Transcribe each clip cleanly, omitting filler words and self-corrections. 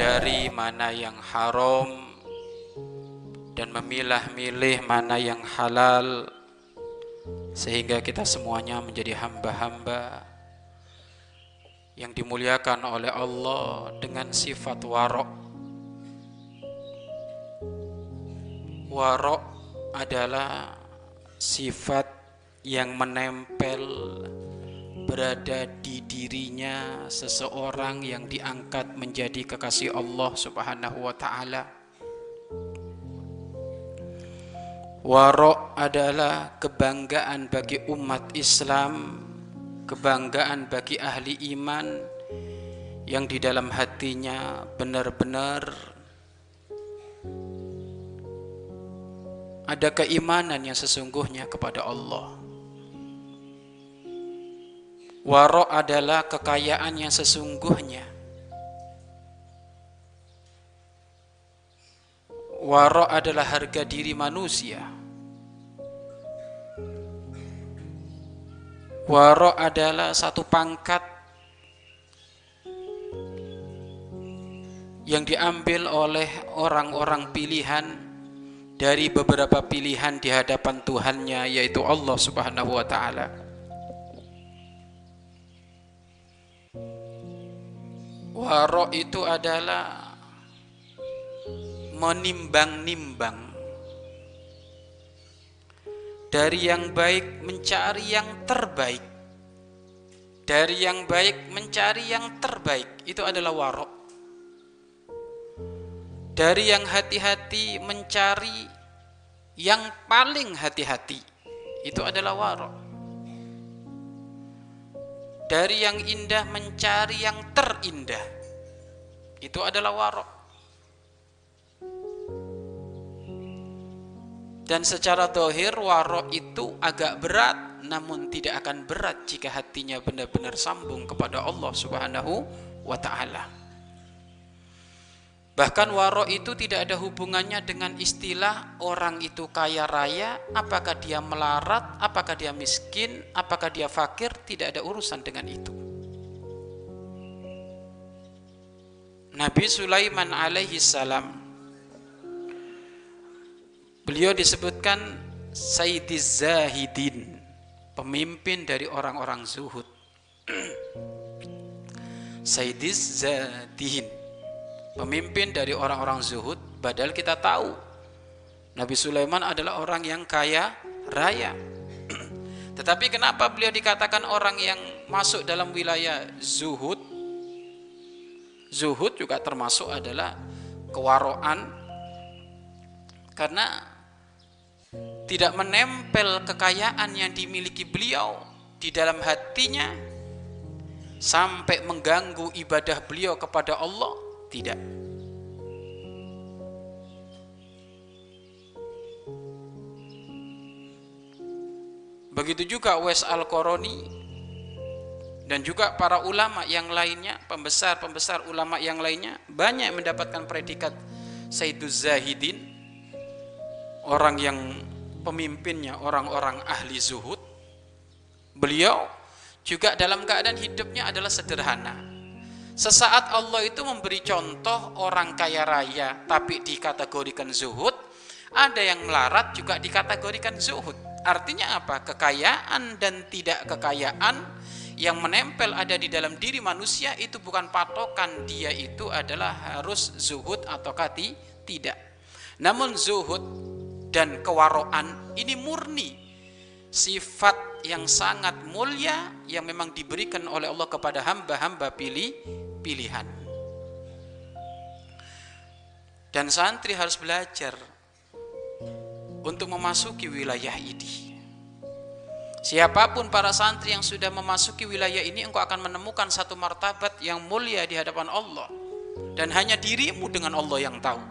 menghindari mana yang haram dan memilah-milih mana yang halal, sehingga kita semuanya menjadi hamba-hamba yang dimuliakan oleh Allah dengan sifat warok. Warok adalah sifat yang menempel berada di dirinya seseorang yang diangkat menjadi kekasih Allah Subhanahu wa ta'ala. Warok adalah kebanggaan bagi umat Islam, kebanggaan bagi ahli iman yang di dalam hatinya benar-benar ada keimanan yang sesungguhnya kepada Allah. Warok adalah kekayaan yang sesungguhnya. Warok adalah harga diri manusia. Warok adalah satu pangkat yang diambil oleh orang-orang pilihan dari beberapa pilihan di hadapan Tuhannya, yaitu Allah Subhanahu wa ta'ala. Warok itu adalah menimbang-nimbang, dari yang baik mencari yang terbaik, dari yang baik mencari yang terbaik, itu adalah warok. Dari yang hati-hati mencari yang paling hati-hati, itu adalah warok. Dari yang indah mencari yang terindah, itu adalah warok. Dan secara zahir warok itu agak berat, namun tidak akan berat jika hatinya benar-benar sambung kepada Allah Subhanahu wa ta'ala. Bahkan warok itu tidak ada hubungannya dengan istilah orang itu kaya raya, apakah dia melarat, apakah dia miskin, apakah dia fakir, tidak ada urusan dengan itu. Nabi Sulaiman alaihi salam, beliau disebutkan Sayyidiz Zahidin, pemimpin dari orang-orang zuhud. Sayyidiz Zahidin, pemimpin dari orang-orang zuhud, padahal kita tahu Nabi Sulaiman adalah orang yang kaya raya. Tetapi kenapa beliau dikatakan orang yang masuk dalam wilayah zuhud? Zuhud juga termasuk adalah kewaroan, karena tidak menempel kekayaan yang dimiliki beliau di dalam hatinya sampai mengganggu ibadah beliau kepada Allah, tidak. Begitu juga Uwais Al-Qarani dan juga para ulama yang lainnya, pembesar-pembesar ulama yang lainnya, banyak mendapatkan predikat Sayyiduz Zahidin, orang yang pemimpinnya orang-orang ahli zuhud. Beliau juga dalam keadaan hidupnya adalah sederhana. Sesaat Allah itu memberi contoh orang kaya raya tapi dikategorikan zuhud, ada yang melarat juga dikategorikan zuhud. Artinya apa? Kekayaan dan tidak kekayaan yang menempel ada di dalam diri manusia itu bukan patokan dia itu adalah harus zuhud atau tidak. Namun zuhud dan kewaroan ini murni sifat yang sangat mulia yang memang diberikan oleh Allah kepada hamba-hamba pilihan. Dan santri harus belajar untuk memasuki wilayah ini. Siapapun para santri yang sudah memasuki wilayah ini, engkau akan menemukan satu martabat yang mulia di hadapan Allah, dan hanya dirimu dengan Allah yang tahu.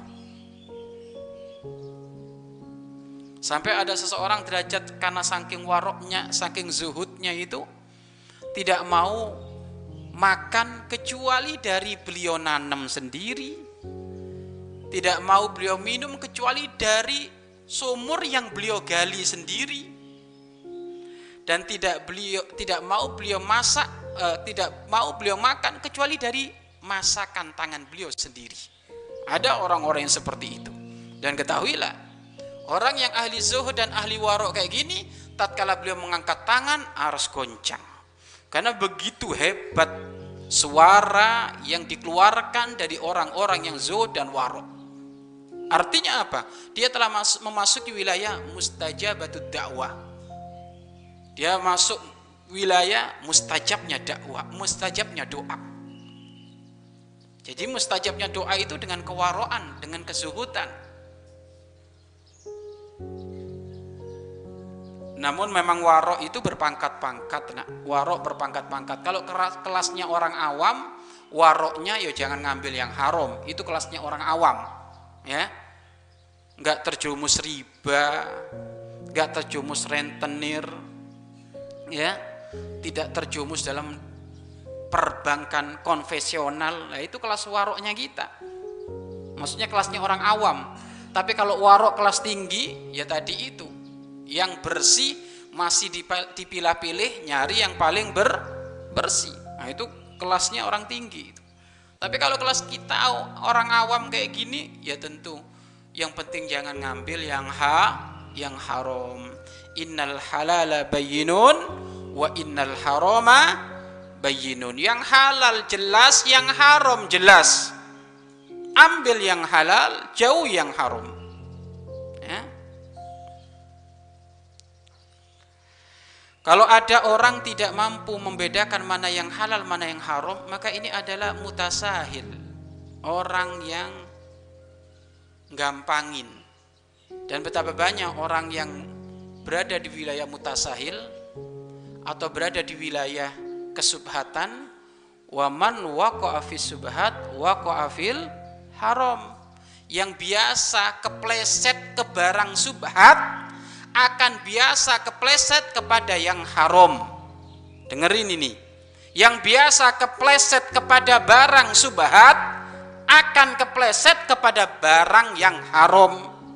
Sampai ada seseorang derajat karena saking waroknya, saking zuhudnya itu tidak mau makan kecuali dari beliau nanam sendiri, tidak mau beliau minum kecuali dari sumur yang beliau gali sendiri, dan tidak mau beliau masak, tidak mau beliau makan kecuali dari masakan tangan beliau sendiri. Ada orang-orang yang seperti itu. Dan ketahuilah, orang yang ahli zuhud dan ahli warok kayak gini, tatkala beliau mengangkat tangan harus goncang. Karena begitu hebat suara yang dikeluarkan dari orang-orang yang zuhud dan warok. Artinya apa? Dia telah memasuki wilayah mustajabatud dakwah. Dia masuk wilayah mustajabnya dakwah, mustajabnya doa. Jadi mustajabnya doa itu dengan kewaroan, dengan kezuhudan. Namun memang warok itu berpangkat-pangkat. Nah, warok berpangkat-pangkat. Kalau kelasnya orang awam, waroknya ya jangan ngambil yang haram. Itu kelasnya orang awam, ya. Enggak terjumus riba, enggak terjumus rentenir, ya. Tidak terjumus dalam perbankan konvensional. Nah, itu kelas waroknya kita. Maksudnya kelasnya orang awam. Tapi kalau warok kelas tinggi, ya tadi itu. Yang bersih masih dipilah-pilih, nyari yang paling bersih. Nah, itu kelasnya orang tinggi itu. Tapi kalau kelas kita orang awam kayak gini, ya tentu yang penting jangan ngambil yang haram. Innal halala bayyinun wa innal harama bayyinun. Yang halal jelas, yang haram jelas. Ambil yang halal, jauh yang haram. Ya. Kalau ada orang tidak mampu membedakan mana yang halal, mana yang haram, maka ini adalah mutasahil. Orang yang gampangin. Dan betapa banyak orang yang berada di wilayah mutasahil atau berada di wilayah kesubhatan. Wa man waqa'a fis subhat waqa'a fil haram. Yang biasa kepleset ke barang subhat akan biasa kepleset kepada yang haram. Dengerin ini. Yang biasa kepleset kepada barang subhat akan kepleset kepada barang yang haram.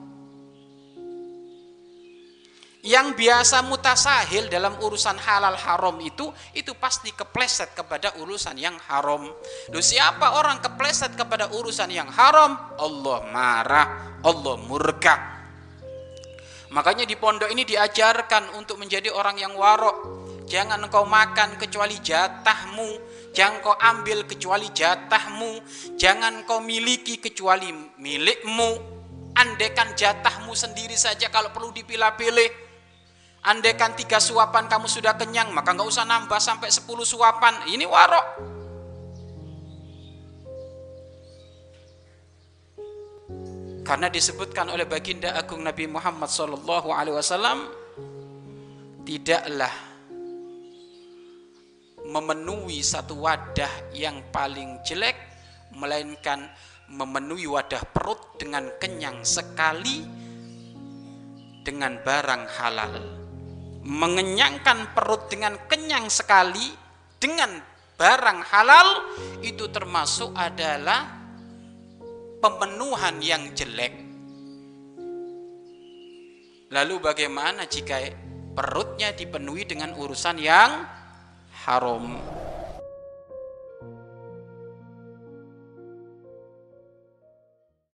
Yang biasa mutasahil dalam urusan halal haram itu pasti kepleset kepada urusan yang haram. Loh, siapa orang kepleset kepada urusan yang haram? Allah marah, Allah murka. Makanya di pondok ini diajarkan untuk menjadi orang yang warok. Jangan engkau makan kecuali jatahmu. Jangan kau ambil kecuali jatahmu. Jangan kau miliki kecuali milikmu. Andaikan jatahmu sendiri saja kalau perlu dipilah-pilih. Andaikan 3 suapan kamu sudah kenyang, maka nggak usah nambah sampai 10 suapan. Ini warok. Karena disebutkan oleh baginda agung Nabi Muhammad SAW, tidaklah memenuhi satu wadah yang paling jelek, melainkan memenuhi wadah perut dengan kenyang sekali dengan barang halal. Mengenyangkan perut dengan kenyang sekali dengan barang halal itu termasuk adalah pemenuhan yang jelek. Lalu bagaimana jika perutnya dipenuhi dengan urusan yang haram?